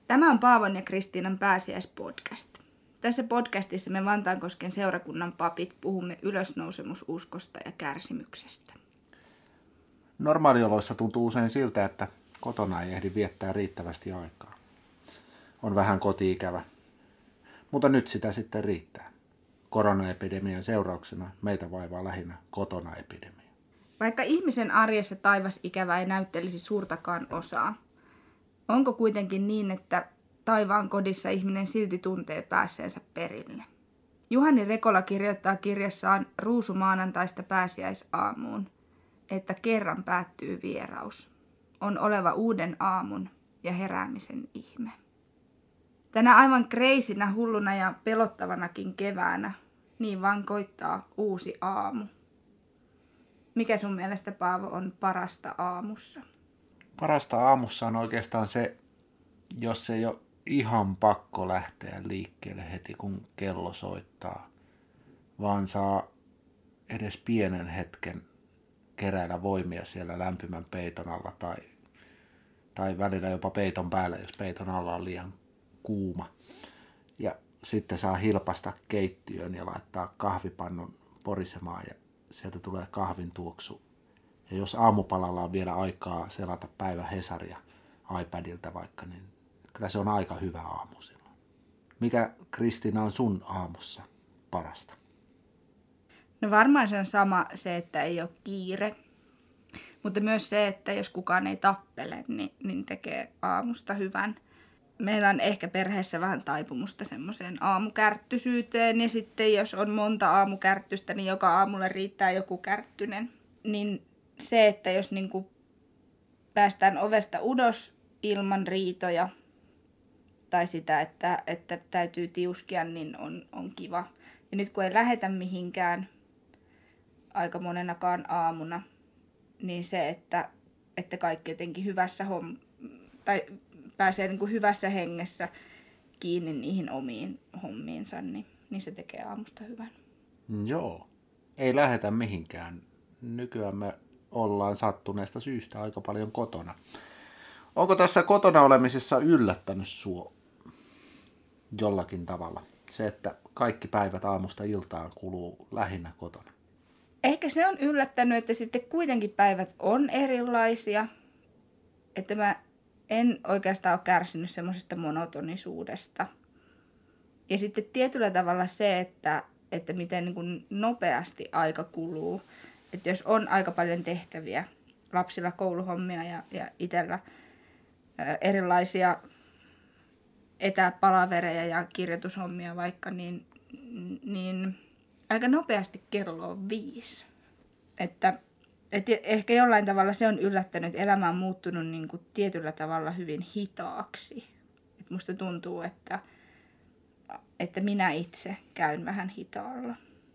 Tämä on Paavon ja Kristiinan pääsiäispodcast. Tässä podcastissa me Vantaankosken seurakunnan papit puhumme ylösnousemususkosta ja kärsimyksestä. Normaalioloissa tuntuu usein siltä, että kotona ei ehdi viettää riittävästi aikaa. On vähän koti-ikävä, mutta nyt sitä sitten riittää. Koronaepidemian seurauksena meitä vaivaa lähinnä kotona-epidemia. Vaikka ihmisen arjessa taivasikävä ei näyttelisi suurtakaan osaa, onko kuitenkin niin, että taivaan kodissa ihminen silti tuntee päässeensä perille? Juhani Rekola kirjoittaa kirjassaan Ruusumaanantaista pääsiäisaamuun, että kerran päättyy vieraus. On oleva uuden aamun ja heräämisen ihme. Tänä aivan kreisinä, hulluna ja pelottavanakin keväänä niin vaan koittaa uusi aamu. Mikä sun mielestä, Paavo, on parasta aamussa? Parasta aamussa on oikeastaan se, jos ei ole ihan pakko lähteä liikkeelle heti kun kello soittaa, vaan saa edes pienen hetken keräillä voimia siellä lämpimän peiton alla tai välillä jopa peiton päällä, jos peiton alla on liian kuuma. Ja sitten saa hilpasta keittiöön ja laittaa kahvipannun porisemaan ja sieltä tulee kahvin tuoksu. Ja jos aamupalalla on vielä aikaa selata päivä Hesaria iPadilta vaikka, niin kyllä se on aika hyvä aamu silloin. Mikä, Kristiina, on sun aamussa parasta? No varmaan se on sama se, että ei ole kiire. Mutta myös se, että jos kukaan ei tappele, niin tekee aamusta hyvän. Meillä on ehkä perheessä vähän taipumusta semmoiseen aamukärttysyyteen. Ja sitten jos on monta aamukärttystä, niin joka aamulle riittää joku kärttynen. Niin se, että jos niinku päästään ovesta ulos ilman riitoja tai sitä, että täytyy tiuskia, niin on kiva. Ja nyt kun ei lähetä mihinkään aika monenakaan aamuna, niin se, että kaikki jotenkin tai pääsee niin kuin hyvässä hengessä kiinni niihin omiin hommiinsa, niin se tekee aamusta hyvän. Joo, ei lähetä mihinkään. Nykyään me ollaan sattuneesta syystä aika paljon kotona. Onko tässä kotona olemisessa yllättänyt sua jollakin tavalla? Se, että kaikki päivät aamusta iltaan kuluu lähinnä kotona. Ehkä se on yllättänyt, että sitten kuitenkin päivät on erilaisia. Että mä en oikeastaan ole kärsinyt semmoisesta monotonisuudesta. Ja sitten tietyllä tavalla se, että miten niin kuin nopeasti aika kuluu. Että jos on aika paljon tehtäviä, lapsilla kouluhommia ja itsellä erilaisia etäpalavereja ja kirjoitushommia vaikka, niin aika nopeasti kello on 5. Että ehkä jollain tavalla se on yllättänyt, että elämä on muuttunut niin kuin tietyllä tavalla hyvin hitaaksi. Et musta tuntuu, että minä itse käyn vähän hitaalla.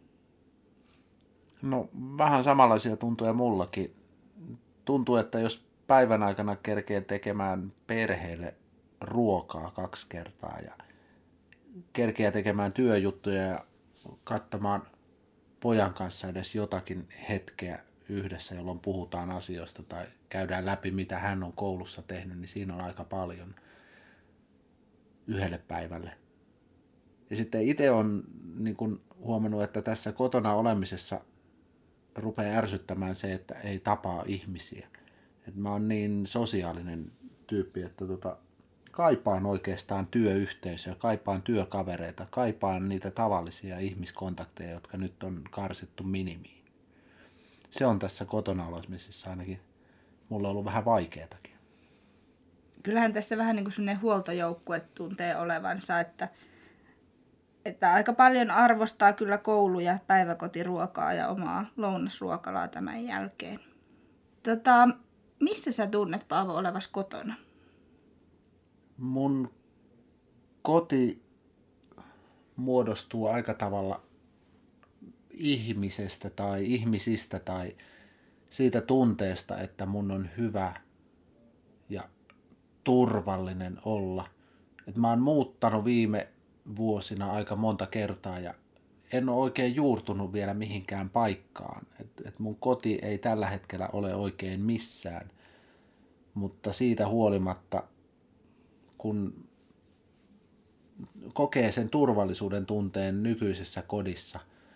No vähän samanlaisia tuntuja mullakin. Tuntuu, että jos päivän aikana kerkee tekemään perheelle ruokaa 2 kertaa ja kerkeä tekemään työjuttuja ja katsomaan pojan kanssa edes jotakin hetkeä yhdessä, jolloin puhutaan asioista tai käydään läpi, mitä hän on koulussa tehnyt, niin siinä on aika paljon yhdelle päivälle. Ja sitten itse olen niin kuin huomannut, että tässä kotona olemisessa rupeaa ärsyttämään se, että ei tapaa ihmisiä. Et mä oon niin sosiaalinen tyyppi, että kaipaan oikeastaan työyhteisöä, kaipaan työkavereita, kaipaan niitä tavallisia ihmiskontakteja, jotka nyt on karsittu minimiin. Se on tässä kotona olemisessa ainakin mulla ollut vähän vaikeatakin. Kyllähän tässä vähän niin kuin sellainen huoltojoukkue tuntee olevansa, että aika paljon arvostaa kyllä koulu- ja päiväkotiruokaa ja omaa lounasruokalaa tämän jälkeen. Missä sä tunnet, Paavo, olevas kotona? Mun koti muodostuu aika tavalla ihmisestä tai ihmisistä tai siitä tunteesta, että mun on hyvä ja turvallinen olla. Et mä oon muuttanut viime vuosina aika monta kertaa ja en ole oikein juurtunut vielä mihinkään paikkaan. Et mun koti ei tällä hetkellä ole oikein missään, mutta siitä huolimatta, kun kokee sen turvallisuuden tunteen nykyisessä kodissa,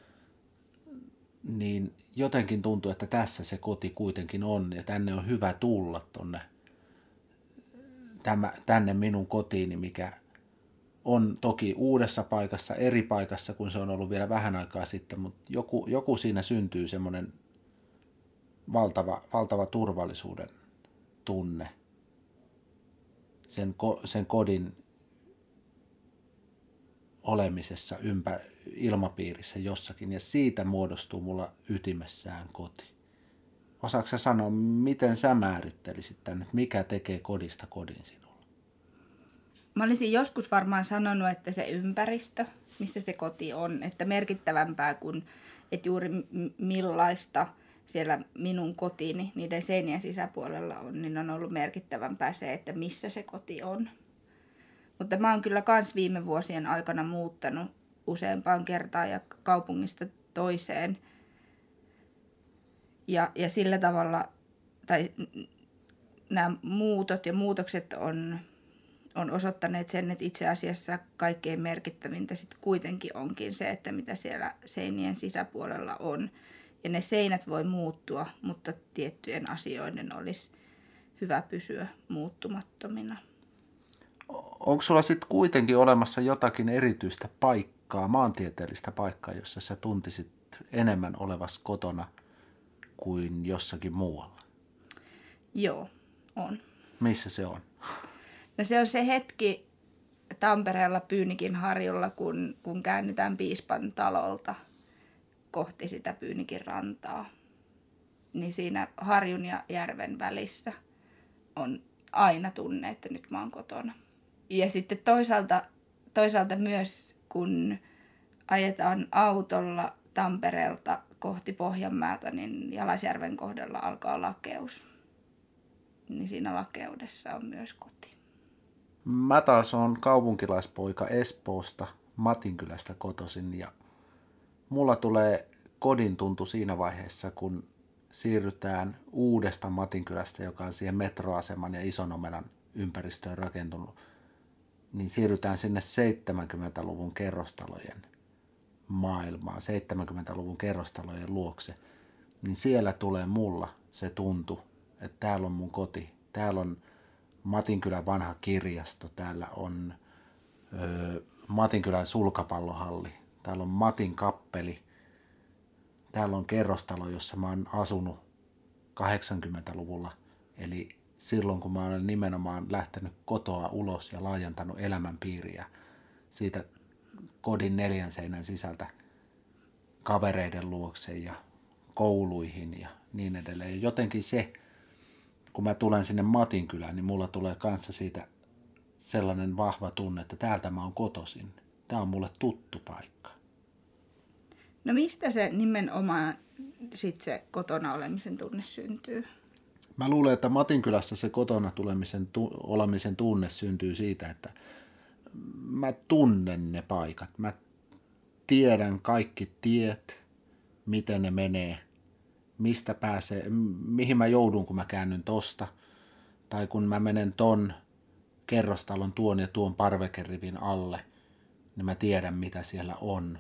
niin jotenkin tuntuu, että tässä se koti kuitenkin on ja tänne on hyvä tulla tänne minun kotiini, mikä on toki uudessa paikassa, eri paikassa kuin se on ollut vielä vähän aikaa sitten, mutta joku siinä syntyy semmoinen valtava turvallisuuden tunne sen kodin olemisessa ilmapiirissä jossakin, ja siitä muodostuu mulla ytimessään koti. Osaatko sä sanoa, miten sä määrittelisit tänne, että mikä tekee kodista kodin sinulle? Mä olisin joskus varmaan sanonut, että se ympäristö, missä se koti on, että merkittävämpää kuin, että juuri millaista siellä minun kotiini niiden seinien sisäpuolella on, niin on ollut merkittävämpää se, että missä se koti on. Mutta mä oon kyllä kans viime vuosien aikana muuttanut useampaan kertaan ja kaupungista toiseen. Ja sillä tavalla, tai nämä muutot ja muutokset on osoittaneet sen, että itse asiassa kaikkein merkittävintä sitten kuitenkin onkin se, että mitä siellä seinien sisäpuolella on. Ja ne seinät voi muuttua, mutta tiettyjen asioiden olisi hyvä pysyä muuttumattomina. Onko sulla sitten kuitenkin olemassa jotakin erityistä paikkaa, maantieteellistä paikkaa, jossa sä tuntisit enemmän olevas kotona kuin jossakin muualla? Joo, on. Missä se on? No se on se hetki Tampereella Pyynikin harjulla, kun käännytään Piispan talolta kohti sitä Pyynikin rantaa. Niin siinä harjun ja järven välissä on aina tunne, että nyt mä oon kotona. Ja sitten toisaalta myös, kun ajetaan autolla Tampereelta kohti Pohjanmaata, niin Jalasjärven kohdalla alkaa lakeus. Niin siinä lakeudessa on myös koti. Mä taas on kaupunkilaispoika Espoosta, Matinkylästä kotoisin, ja mulla tulee kodin tuntu siinä vaiheessa, kun siirrytään uudesta Matinkylästä, joka on siihen metroaseman ja Isonomenan ympäristöön rakentunut, niin siirrytään sinne 70-luvun kerrostalojen maailmaan, 70-luvun kerrostalojen luokse, niin siellä tulee mulla se tuntu, että täällä on mun koti, täällä on Matinkylän vanha kirjasto, täällä on Matinkylän sulkapallohalli, täällä on Matin kappeli, täällä on kerrostalo, jossa mä oon asunut 80-luvulla, eli silloin kun mä olen nimenomaan lähtenyt kotoa ulos ja laajentanut elämänpiiriä siitä kodin 4 seinän sisältä kavereiden luokse ja kouluihin ja niin edelleen. Ja jotenkin se, kun mä tulen sinne Matinkylään, niin mulla tulee kanssa siitä sellainen vahva tunne, että täältä mä oon kotoisin. Tää on mulle tuttu paikka. No mistä se nimenomaan sit se kotona olemisen tunne syntyy? Mä luulen, että Matinkylässä se kotona olemisen tunne syntyy siitä, että mä tunnen ne paikat. Mä tiedän kaikki tiet, miten ne menee, mistä pääsee, mihin mä joudun, kun mä käännyn tosta. Tai kun mä menen ton kerrostalon tuon ja tuon parvekerivin alle, niin mä tiedän, mitä siellä on.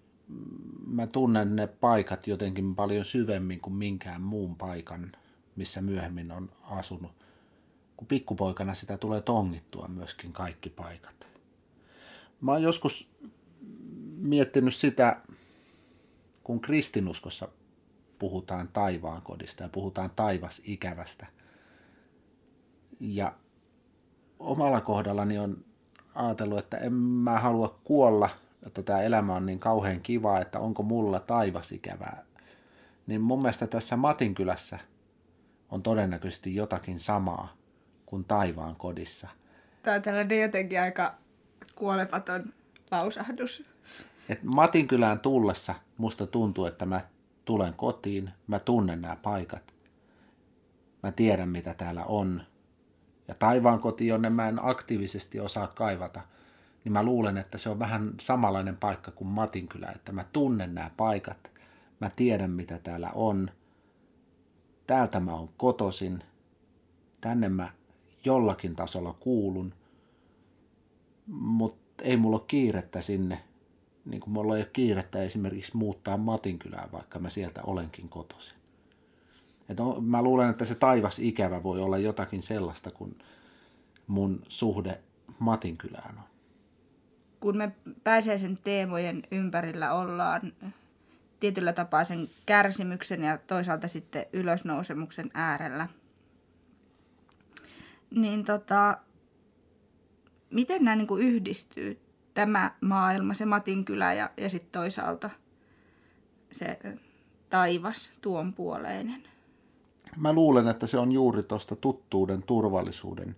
Mä tunnen ne paikat jotenkin paljon syvemmin kuin minkään muun paikan, missä myöhemmin on asunut. Kun pikkupoikana sitä tulee tongittua myöskin kaikki paikat. Mä oon joskus miettinyt sitä, kun kristinuskossa puhutaan taivaankodista ja puhutaan taivasikävästä. Ja omalla kohdallani on ajatellut, että en mä halua kuolla, että tämä elämä on niin kauhean kivaa, että onko mulla taivasikävää. Niin mun mielestä tässä Matinkylässä on todennäköisesti jotakin samaa kuin taivaankodissa. Tämä on tällainen jotenkin aika kuolepaton lausahdus. Et Matinkylään tullessa musta tuntuu, että mä tulen kotiin, mä tunnen nämä paikat. Mä tiedän, mitä täällä on. Ja taivaankoti, jonne mä en aktiivisesti osaa kaivata, niin mä luulen, että se on vähän samanlainen paikka kuin Matinkylä, että mä tunnen nämä paikat, mä tiedän, mitä täällä on. Täältä mä oon kotoisin, tänne mä jollakin tasolla kuulun, mutta ei mulla ole kiirettä sinne, niin kuin mulla ei ole kiirettä esimerkiksi muuttaa Matinkylään, vaikka mä sieltä olenkin kotoisin. Mä luulen, että se taivasikävä voi olla jotakin sellaista, kun mun suhde Matinkylään on. Kun me pääsiäisen teemojen ympärillä ollaan tietyllä tapaa sen kärsimyksen ja toisaalta sitten ylösnousemuksen äärellä, niin miten nämä niin kuin yhdistyy? Tämä maailma, se Matinkylä ja sitten toisaalta se taivas, tuonpuoleinen. Mä luulen, että se on juuri tuosta tuttuuden, turvallisuuden,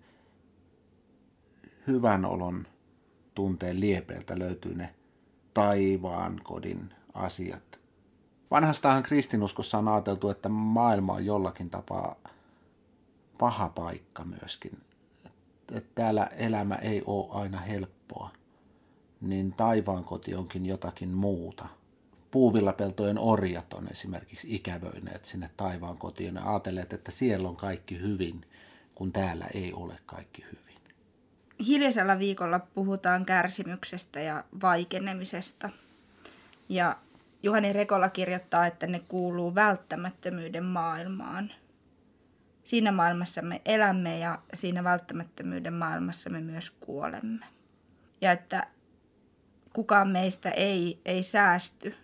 hyvän olon tunteen liepeiltä löytyy ne taivaan kodin asiat. Vanhastahan kristinuskossa on ajateltu, että maailma on jollakin tapaa paha paikka myöskin. Että täällä elämä ei ole aina helppoa. Niin taivaan koti onkin jotakin muuta. Puuvillapeltojen orjat on esimerkiksi ikävöineet sinne taivaan kotiin ja ajatelleet, että siellä on kaikki hyvin, kun täällä ei ole kaikki hyvin. Hiljaisella viikolla puhutaan kärsimyksestä ja vaikenemisesta. Ja Juhani Rekola kirjoittaa, että ne kuuluu välttämättömyyden maailmaan. Siinä maailmassa me elämme ja siinä välttämättömyyden maailmassa me myös kuolemme. Ja että kukaan meistä ei säästy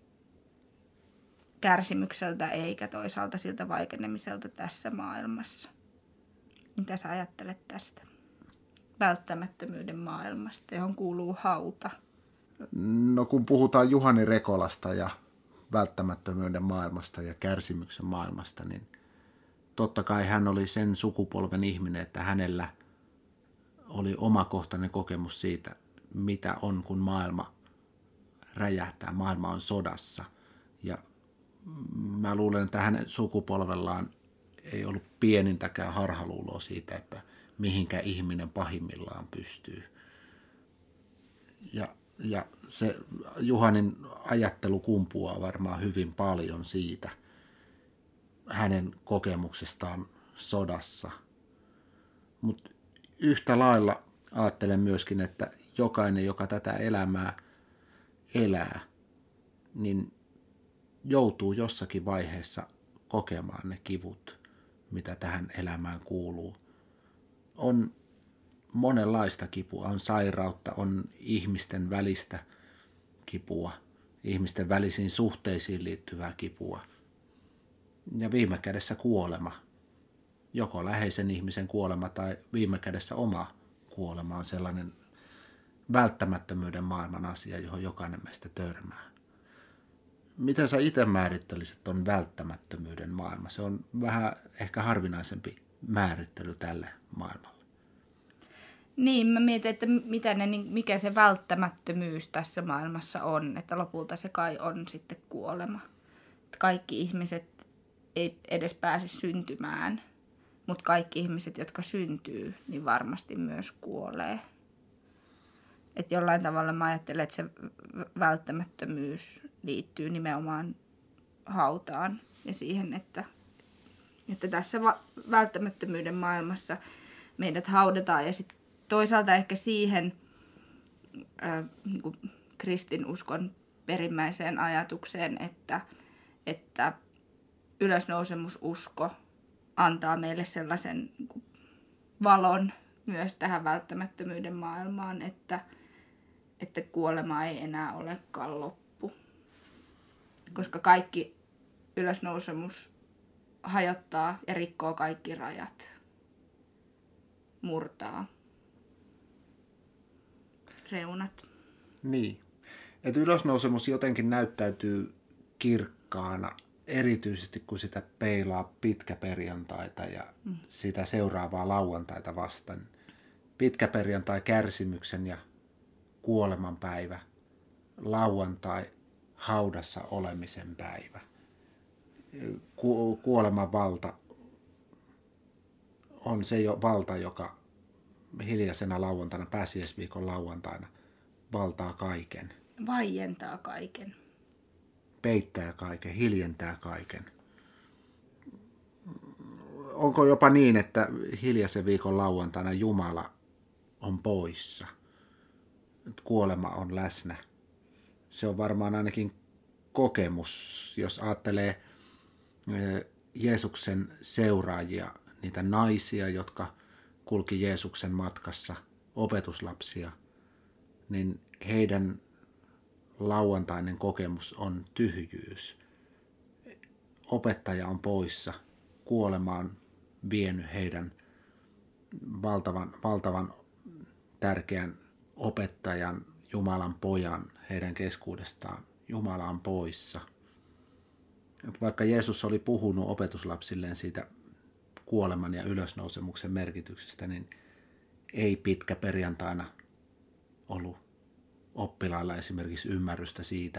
kärsimykseltä eikä toisaalta siltä vaikenemiselta tässä maailmassa. Mitä sä ajattelet tästä välttämättömyyden maailmasta, johon kuuluu hauta? No kun puhutaan Juhani Rekolasta ja välttämättömyyden maailmasta ja kärsimyksen maailmasta, niin totta kai hän oli sen sukupolven ihminen, että hänellä oli omakohtainen kokemus siitä, mitä on, kun maailma räjähtää, maailma on sodassa. Ja mä luulen, että hänen sukupolvellaan ei ollut pienintäkään harhaluuloa siitä, että mihinkä ihminen pahimmillaan pystyy. Ja se Juhanin ajattelu kumpuaa varmaan hyvin paljon siitä hänen kokemuksestaan sodassa. Mutta yhtä lailla ajattelen myöskin, että jokainen, joka tätä elämää elää, niin joutuu jossakin vaiheessa kokemaan ne kivut, mitä tähän elämään kuuluu. On monenlaista kipua, on sairautta, on ihmisten välistä kipua, ihmisten välisiin suhteisiin liittyvää kipua ja viime kädessä kuolema. Joko läheisen ihmisen kuolema tai viime kädessä oma kuolema on sellainen välttämättömyyden maailman asia, johon jokainen meistä törmää. Miten sä itse määrittelisit ton välttämättömyyden maailma? Se on vähän ehkä harvinaisempi määrittely tälle maailmalle. Niin, mä mietin, että mikä se välttämättömyys tässä maailmassa on, että lopulta se kai on sitten kuolema. Että kaikki ihmiset ei edes pääse syntymään, mutta kaikki ihmiset, jotka syntyy, niin varmasti myös kuolee. Että jollain tavalla mä ajattelen, että se välttämättömyys liittyy nimenomaan hautaan ja siihen, että tässä välttämättömyyden maailmassa meidät haudataan ja sitten toisaalta ehkä siihen niin kuin kristinuskon perimmäiseen ajatukseen, että ylösnousemususko antaa meille sellaisen niin kuin valon myös tähän välttämättömyyden maailmaan, että kuolema ei enää olekaan loppu. Koska kaikki ylösnousemus hajottaa ja rikkoo kaikki rajat, murtaa reunat. Niin, että ylösnousemus jotenkin näyttäytyy kirkkaana, erityisesti kun sitä peilaa pitkäperjantaita ja sitä seuraavaa lauantaita vastaan. Pitkäperjantai kärsimyksen ja kuoleman päivä, lauantai haudassa olemisen päivä. Kuoleman valta on se valta, joka hiljaisena lauantaina, pääsiäisviikon lauantaina, valtaa kaiken. Vaientaa kaiken. Peittää kaiken, hiljentää kaiken. Onko jopa niin, että hiljaisen viikon lauantaina Jumala on poissa? että kuolema on läsnä. Se on varmaan ainakin kokemus, jos ajattelee Jeesuksen seuraajia, niitä naisia, jotka kulki Jeesuksen matkassa, opetuslapsia, niin heidän lauantainen kokemus on tyhjyys. Opettaja on poissa, kuolema on vienyt heidän valtavan tärkeän opettajan, Jumalan pojan heidän keskuudestaan. Jumala on poissa. Vaikka Jeesus oli puhunut opetuslapsilleen siitä kuoleman ja ylösnousemuksen merkityksestä, niin ei pitkä perjantaina ollut oppilailla esimerkiksi ymmärrystä siitä,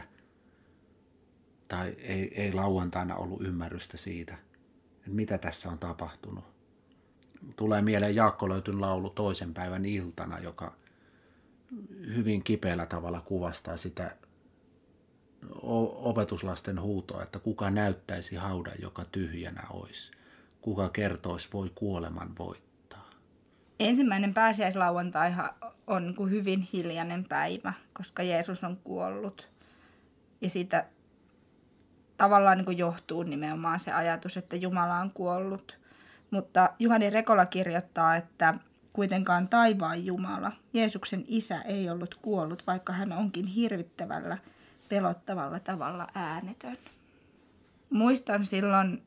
tai ei lauantaina ollut ymmärrystä siitä, että mitä tässä on tapahtunut. Tulee mieleen Jaakko Löytyn laulu toisen päivän iltana, joka hyvin kipeällä tavalla kuvastaa sitä opetuslasten huutoa, että kuka näyttäisi haudan, joka tyhjänä olisi. Kuka kertoisi, voi kuoleman voittaa. Ensimmäinen pääsiäislauantaihan on niin kuin hyvin hiljainen päivä, koska Jeesus on kuollut. Ja siitä tavallaan niin kuin johtuu nimenomaan se ajatus, että Jumala on kuollut. Mutta Juhani Rekola kirjoittaa, että kuitenkaan taivaan Jumala, Jeesuksen isä, ei ollut kuollut, vaikka hän onkin hirvittävällä, pelottavalla tavalla äänetön. Muistan silloin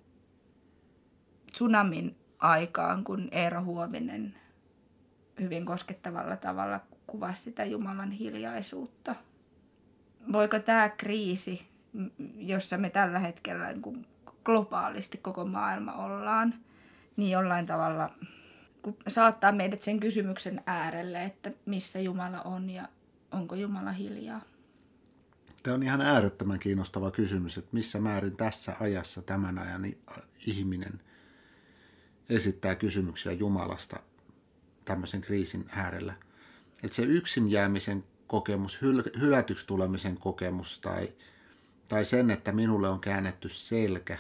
tsunamin aikaan, kun Eero Huovinen hyvin koskettavalla tavalla kuvasi sitä Jumalan hiljaisuutta. Voiko tämä kriisi, jossa me tällä hetkellä niin kuin globaalisti koko maailma ollaan, niin jollain tavalla saattaa meidät sen kysymyksen äärelle, että missä Jumala on ja onko Jumala hiljaa? Tämä on ihan äärettömän kiinnostava kysymys, että missä määrin tässä ajassa tämän ajan ihminen esittää kysymyksiä Jumalasta tämmöisen kriisin äärellä. Että se yksin jäämisen kokemus, hylätyksi tulemisen kokemus tai sen, että minulle on käännetty selkä,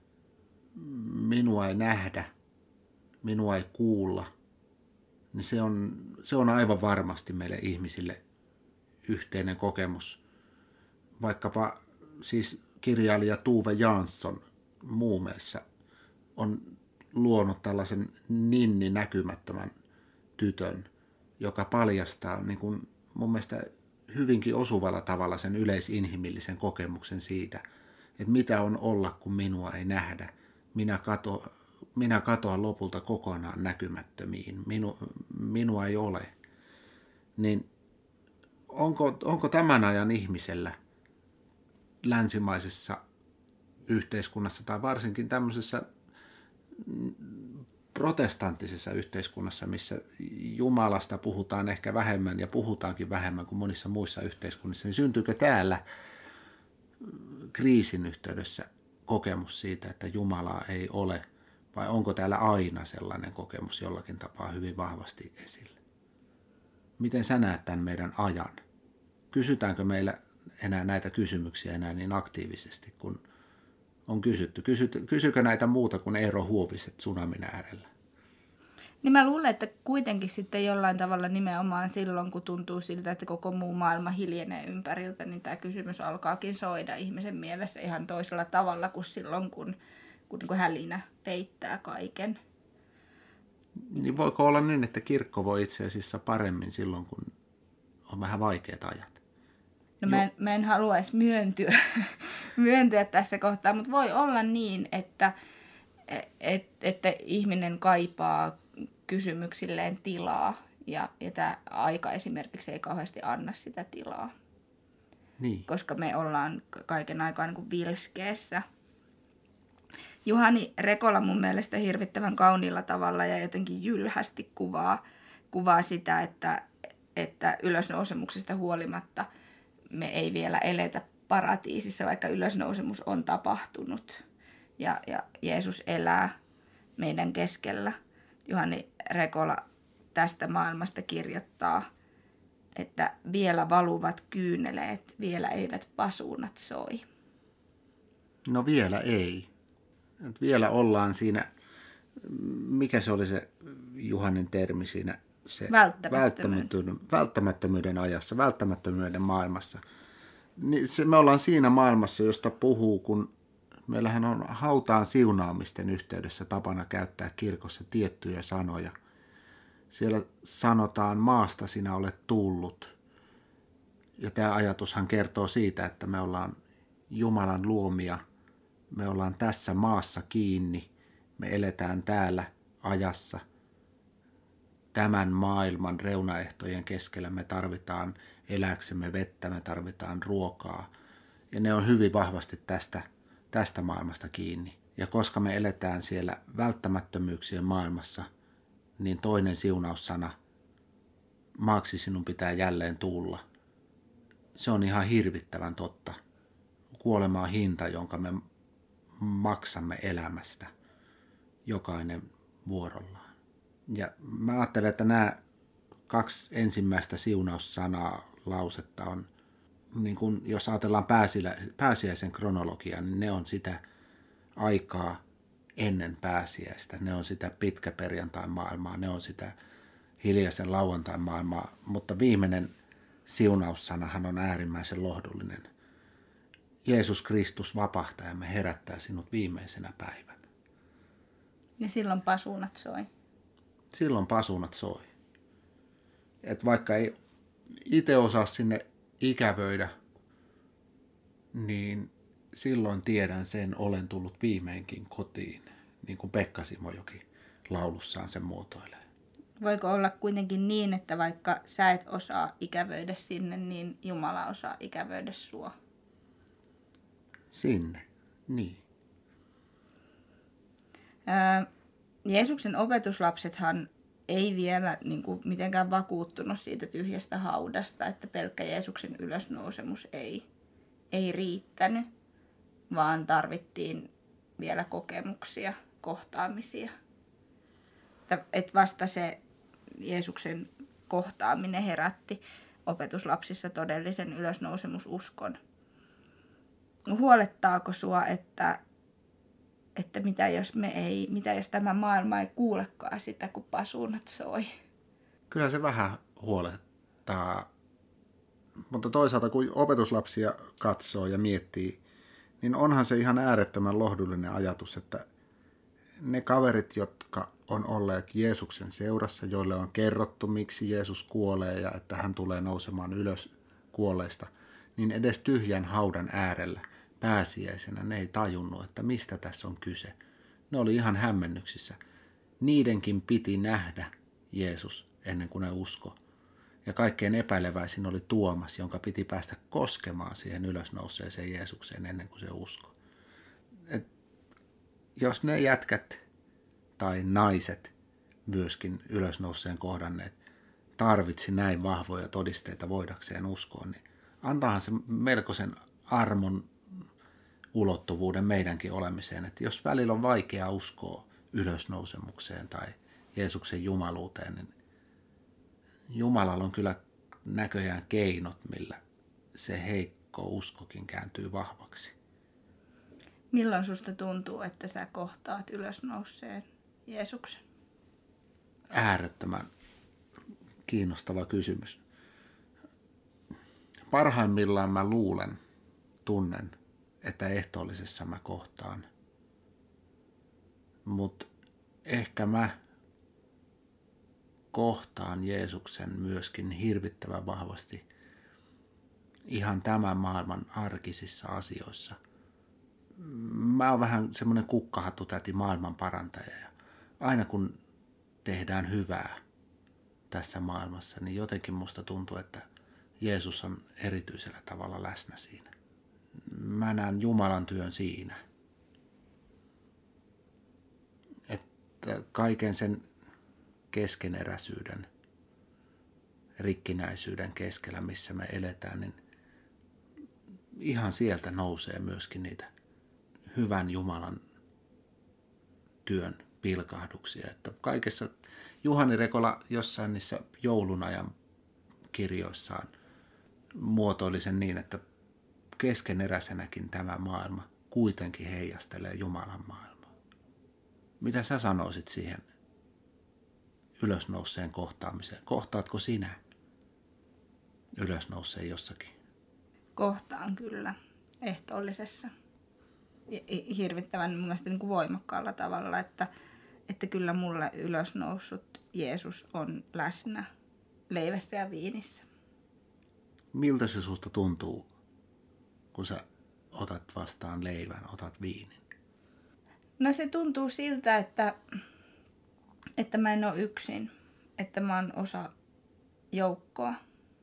minua ei nähdä, minua ei kuulla, niin se on aivan varmasti meille ihmisille yhteinen kokemus. Vaikkapa siis kirjailija Tuve Jansson Muumeessa on luonut tällaisen näkymättömän tytön, joka paljastaa niin kuin mun mielestä hyvinkin osuvalla tavalla sen yleisinhimillisen kokemuksen siitä, että mitä on olla, kun minua ei nähdä. Minä katoan lopulta kokonaan näkymättömiin. Minua ei ole. Niin onko tämän ajan ihmisellä länsimaisessa yhteiskunnassa tai varsinkin tämmöisessä protestanttisessa yhteiskunnassa, missä Jumalasta puhutaan ehkä vähemmän ja puhutaankin vähemmän kuin monissa muissa yhteiskunnissa, niin syntyykö täällä kriisin yhteydessä kokemus siitä, että Jumalaa ei ole, vai onko täällä aina sellainen kokemus jollakin tapaa hyvin vahvasti esillä? Miten sä näet tämän meidän ajan? Kysytäänkö meillä enää näitä kysymyksiä enää niin aktiivisesti kuin on kysytty? Kysykö näitä muuta kuin Eero Huoviset tsunamin äärellä? Niin mä luulen, että kuitenkin sitten jollain tavalla nimenomaan silloin, kun tuntuu siltä, että koko muu maailma hiljenee ympäriltä, niin tämä kysymys alkaakin soida ihmisen mielessä ihan toisella tavalla kuin silloin, kun hälinä peittää kaiken. Niin voiko olla niin, että kirkko voi itse asiassa paremmin silloin, kun on vähän vaikeat ajat? No mä en haluaisi myöntyä tässä kohtaa, mutta voi olla niin, että ihminen kaipaa kysymyksilleen tilaa ja tämä aika esimerkiksi ei kauheasti anna sitä tilaa. Niin. Koska me ollaan kaiken aikaa niin kuin vilskeessä. Juhani Rekola mun mielestä hirvittävän kauniilla tavalla ja jotenkin jylhästi kuvaa sitä, että ylösnousemuksesta huolimatta me ei vielä eletä paratiisissa, vaikka ylösnousemus on tapahtunut ja Jeesus elää meidän keskellä. Juhani Rekola tästä maailmasta kirjoittaa, että vielä valuvat kyyneleet, vielä eivät pasuunat soi. No vielä ei. Vielä ollaan siinä, mikä se oli se Juhanin termi siinä se Välttämättömyyden. välttämättömyyden ajassa, välttämättömyyden maailmassa. Niin me ollaan siinä maailmassa, josta puhuu, kun meillähän on hautaan siunaamisten yhteydessä tapana käyttää kirkossa tiettyjä sanoja. Siellä sanotaan, maasta sinä olet tullut. Ja tämä ajatushan kertoo siitä, että me ollaan Jumalan luomia, me ollaan tässä maassa kiinni, me eletään täällä ajassa. Tämän maailman reunaehtojen keskellä me tarvitaan elääksemme vettä, me tarvitaan ruokaa. Ja ne on hyvin vahvasti tästä maailmasta kiinni. Ja koska me eletään siellä välttämättömyyksien maailmassa, niin toinen siunaussana, maaksi sinun pitää jälleen tulla. Se on ihan hirvittävän totta. Kuolema on hinta, jonka me maksamme elämästä, jokainen vuorollaan. Ja mä ajattelen, että nämä 2 ensimmäistä siunaussanaa lausetta on, niin kun jos ajatellaan pääsiäisen kronologiaa, niin ne on sitä aikaa ennen pääsiäistä. Ne on sitä pitkäperjantain maailmaa, ne on sitä hiljaisen lauantain maailmaa, mutta viimeinen siunaussanahan on äärimmäisen lohdullinen. Jeesus Kristus vapahtajamme herättää sinut viimeisenä päivänä. Ja silloin pasuunat soi. Silloin pasuunat soi. Et vaikka ei itse osaa sinne ikävöidä, niin silloin tiedän sen, olen tullut viimeinkin kotiin, niin kuin Pekka Simojoki laulussaan sen muotoilee. Voiko olla kuitenkin niin, että vaikka sä et osaa ikävöidä sinne, niin Jumala osaa ikävöidä sua? Sinne, niin. Jeesuksen opetuslapsethan ei vielä mitenkään vakuuttunut siitä tyhjästä haudasta, että pelkkä Jeesuksen ylösnousemus ei riittänyt, vaan tarvittiin vielä kokemuksia, kohtaamisia. Että vasta se Jeesuksen kohtaaminen herätti opetuslapsissa todellisen ylösnousemususkon. Huolettaako sua, että mitä jos tämä maailma ei kuulekaan sitä, kun pasuunat soi? Kyllä se vähän huolettaa, mutta toisaalta kun opetuslapsia katsoo ja miettii, niin onhan se ihan äärettömän lohdullinen ajatus, että ne kaverit, jotka on olleet Jeesuksen seurassa, joille on kerrottu, miksi Jeesus kuolee ja että hän tulee nousemaan ylös kuolleista, niin edes tyhjän haudan äärellä pääsiäisenä ne ei tajunnut, että mistä tässä on kyse. Ne oli ihan hämmennyksissä. Niidenkin piti nähdä Jeesus ennen kuin ne usko. Ja kaikkein epäileväisin oli Tuomas, jonka piti päästä koskemaan siihen ylösnouseeseen Jeesukseen ennen kuin se usko. Et jos ne jätkät tai naiset myöskin ylösnouseen kohdanneet tarvitsi näin vahvoja todisteita voidakseen uskoa, niin antaahan se melkoisen armon ulottuvuuden meidänkin olemiseen, että jos välillä on vaikea uskoa ylösnousemukseen tai Jeesuksen jumaluuteen, niin Jumalalla on kyllä näköjään keinot, millä se heikko uskokin kääntyy vahvaksi. Milloin susta tuntuu, että sä kohtaat ylösnouseen Jeesuksen? Äärettömän kiinnostava kysymys. Parhaimmillaan mä tunnen, että ehtoollisessa mä kohtaan. Mutta ehkä mä kohtaan Jeesuksen myöskin hirvittävän vahvasti ihan tämän maailman arkisissa asioissa. Mä oon vähän semmoinen kukkahattutäti maailman parantaja. Ja aina kun tehdään hyvää tässä maailmassa, niin jotenkin musta tuntuu, että Jeesus on erityisellä tavalla läsnä siinä. Mä näen Jumalan työn siinä. Että kaiken sen keskeneräisyyden, rikkinäisyyden keskellä, missä me eletään, niin ihan sieltä nousee myöskin niitä hyvän Jumalan työn pilkahduksia. Että kaikessa Juhani Rekola jossain niissä joulunajan kirjoissaan muotoili sen niin, että keskeneräisenäkin tämä maailma kuitenkin heijastelee Jumalan maailmaa. Mitä sä sanoisit siihen ylösnouseen kohtaamiseen. Kohtaatko sinä ylösnouseen jossakin? Kohtaan kyllä ehtoollisessa. Hirvittävän mun mielestä niin kuin voimakkaalla tavalla, että kyllä mulle ylösnoussut Jeesus on läsnä leivässä ja viinissä. Miltä se susta tuntuu, kun sä otat vastaan leivän, otat viinin? No se tuntuu siltä, että mä en ole yksin, että mä oon osa joukkoa.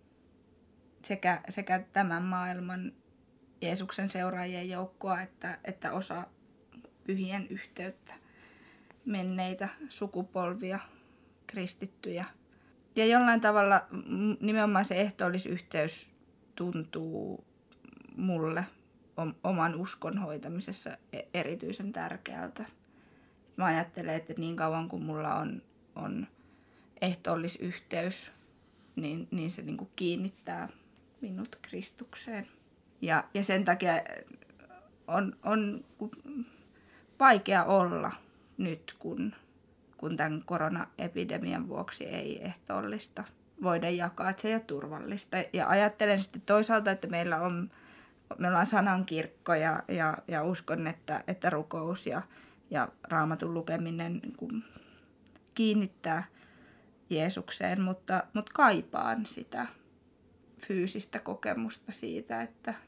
Sekä tämän maailman Jeesuksen seuraajien joukkoa, että osa pyhien yhteyttä, menneitä sukupolvia, kristittyjä. Ja jollain tavalla nimenomaan se ehtoollisyhteys tuntuu mulle oman uskon hoitamisessa erityisen tärkeältä. Mä ajattelen, että niin kauan kuin mulla on ehtoollisyhteys, niin se niin kuin kiinnittää minut Kristukseen. Ja sen takia on vaikea olla nyt, kun tämän koronaepidemian vuoksi ei ehtoollista voida jakaa, että se ei ole turvallista. Ja ajattelen sitten toisaalta, että meillä on sanankirkko ja uskon, että rukous ja Raamatun lukeminen niin kuin kiinnittää Jeesukseen, mutta kaipaan sitä fyysistä kokemusta siitä,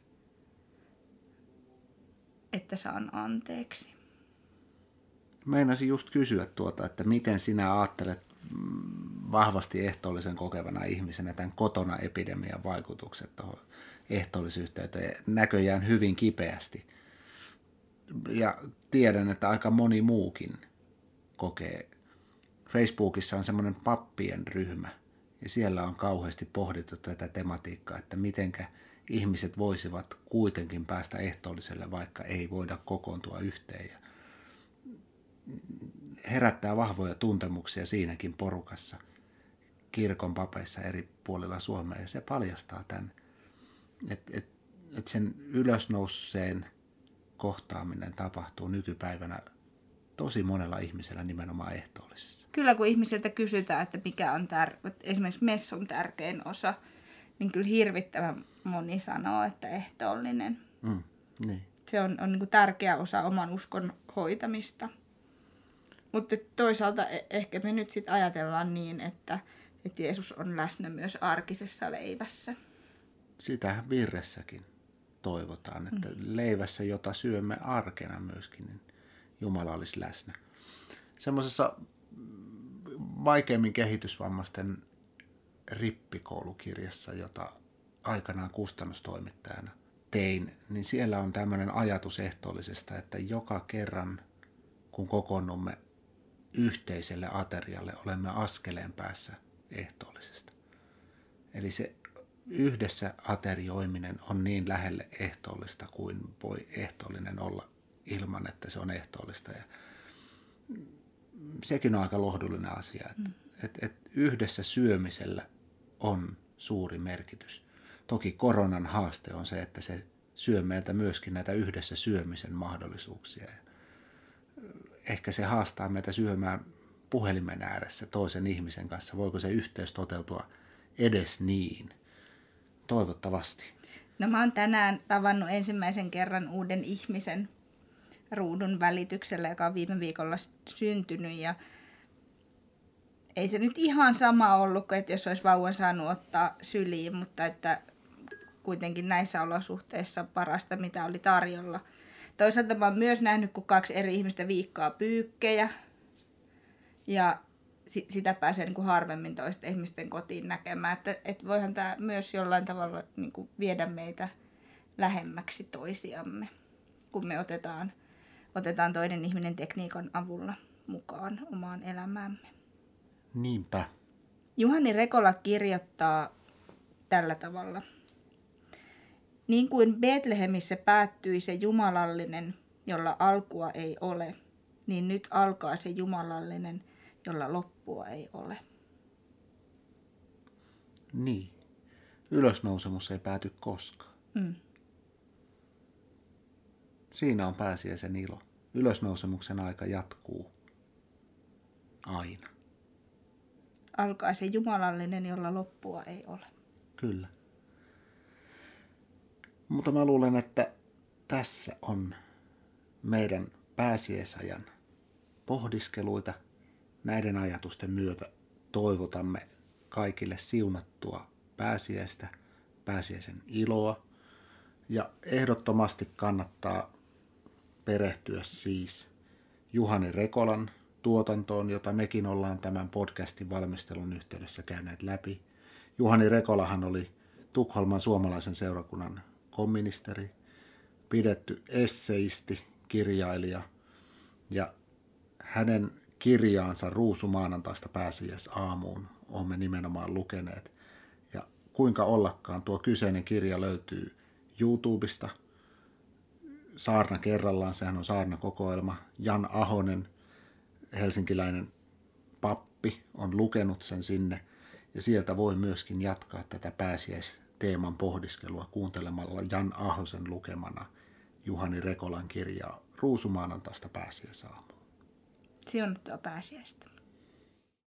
että saan anteeksi. Meinasin just kysyä että miten sinä ajattelet vahvasti ehtoollisen kokevana ihmisenä tämän kotona-epidemian vaikutukset tuohon ehtoollisyhteyteen näköjään hyvin kipeästi. Ja tiedän, että aika moni muukin kokee. Facebookissa on semmoinen pappien ryhmä, ja siellä on kauheasti pohdittu tätä tematiikkaa, että mitenkä ihmiset voisivat kuitenkin päästä ehtoolliselle, vaikka ei voida kokoontua yhteen. Ja herättää vahvoja tuntemuksia siinäkin porukassa, kirkon papeissa eri puolilla Suomea, ja se paljastaa tämän, että sen ylösnouseen kohtaaminen tapahtuu nykypäivänä tosi monella ihmisellä nimenomaan ehtoollisessa. Kyllä, kun ihmisiltä kysytään, että mikä on esimerkiksi messun tärkein osa, niin kyllä hirvittävän moni sanoo, että ehtoollinen. Niin. Se on niin kuin tärkeä osa oman uskon hoitamista. Mutta toisaalta ehkä me nyt sitten ajatellaan niin, että Jeesus on läsnä myös arkisessa leivässä. Sitä virressäkin toivotaan, että leivässä, jota syömme arkena myöskin, niin Jumala olisi läsnä. Semmoisessa vaikeimmin kehitysvammaisten rippikoulukirjassa, jota aikanaan kustannustoimittajana tein, niin siellä on tämmöinen ajatus ehtoollisesta, että joka kerran, kun kokoonnumme yhteiselle aterialle, olemme askeleen päässä ehtoollisesta. Eli se yhdessä aterioiminen on niin lähelle ehtoollista kuin voi ehtoollinen olla ilman, että se on ehtoollista. Ja sekin on aika lohdullinen asia, että yhdessä syömisellä on suuri merkitys. Toki koronan haaste on se, että se syö meiltä myöskin näitä yhdessä syömisen mahdollisuuksia. Ehkä se haastaa meitä syömään puhelimen ääressä toisen ihmisen kanssa. Voiko se yhteys toteutua edes niin? Toivottavasti. No mä oon tänään tavannut ensimmäisen kerran uuden ihmisen ruudun välityksellä, joka on viime viikolla syntynyt. Ja ei se nyt ihan sama ollut kuin, että jos olisi vauvan saanut ottaa syliin, mutta että kuitenkin näissä olosuhteissa parasta, mitä oli tarjolla. Toisaalta mä oon myös nähnyt, kun 2 eri ihmistä viikkaa pyykkejä. Ja sitä pääsee niin kuin harvemmin toisten ihmisten kotiin näkemään. Että voihan tämä myös jollain tavalla niin kuin viedä meitä lähemmäksi toisiamme, kun me otetaan toinen ihminen tekniikan avulla mukaan omaan elämäämme. Niinpä. Juhani Rekola kirjoittaa tällä tavalla. Niin kuin Betlehemissä päättyi se jumalallinen, jolla alkua ei ole, niin nyt alkaa se jumalallinen, jolla loppua ei ole. Niin. Ylösnousemus ei pääty koskaan. Siinä on pääsiäisen ilo. Ylösnousemuksen aika jatkuu aina. alkaa se jumalallinen, jolla loppua ei ole. Kyllä. Mutta mä luulen, että tässä on meidän pääsiäisajan pohdiskeluita. Näiden ajatusten myötä toivotamme kaikille siunattua pääsiäistä, pääsiäisen iloa. Ja ehdottomasti kannattaa perehtyä siis Juhani Rekolan tuotantoon, jota mekin ollaan tämän podcastin valmistelun yhteydessä käyneet läpi. Juhani Rekolahan oli Tukholman suomalaisen seurakunnan komministeri, pidetty esseisti, kirjailija ja hänen kirjaansa Ruusumaanantaista pääsiäisaamuun olemme nimenomaan lukeneet. Ja kuinka ollakaan tuo kyseinen kirja löytyy YouTubesta saarna kerrallaan, sehän on saarnakokoelma. Jan Ahonen, helsinkiläinen pappi, on lukenut sen sinne ja sieltä voi myöskin jatkaa tätä pääsiäisteeman pohdiskelua kuuntelemalla Jan Ahosen lukemana Juhani Rekolan kirjaa Ruusumaanantaista pääsiäisaamuun. Siunattua pääsiäistä.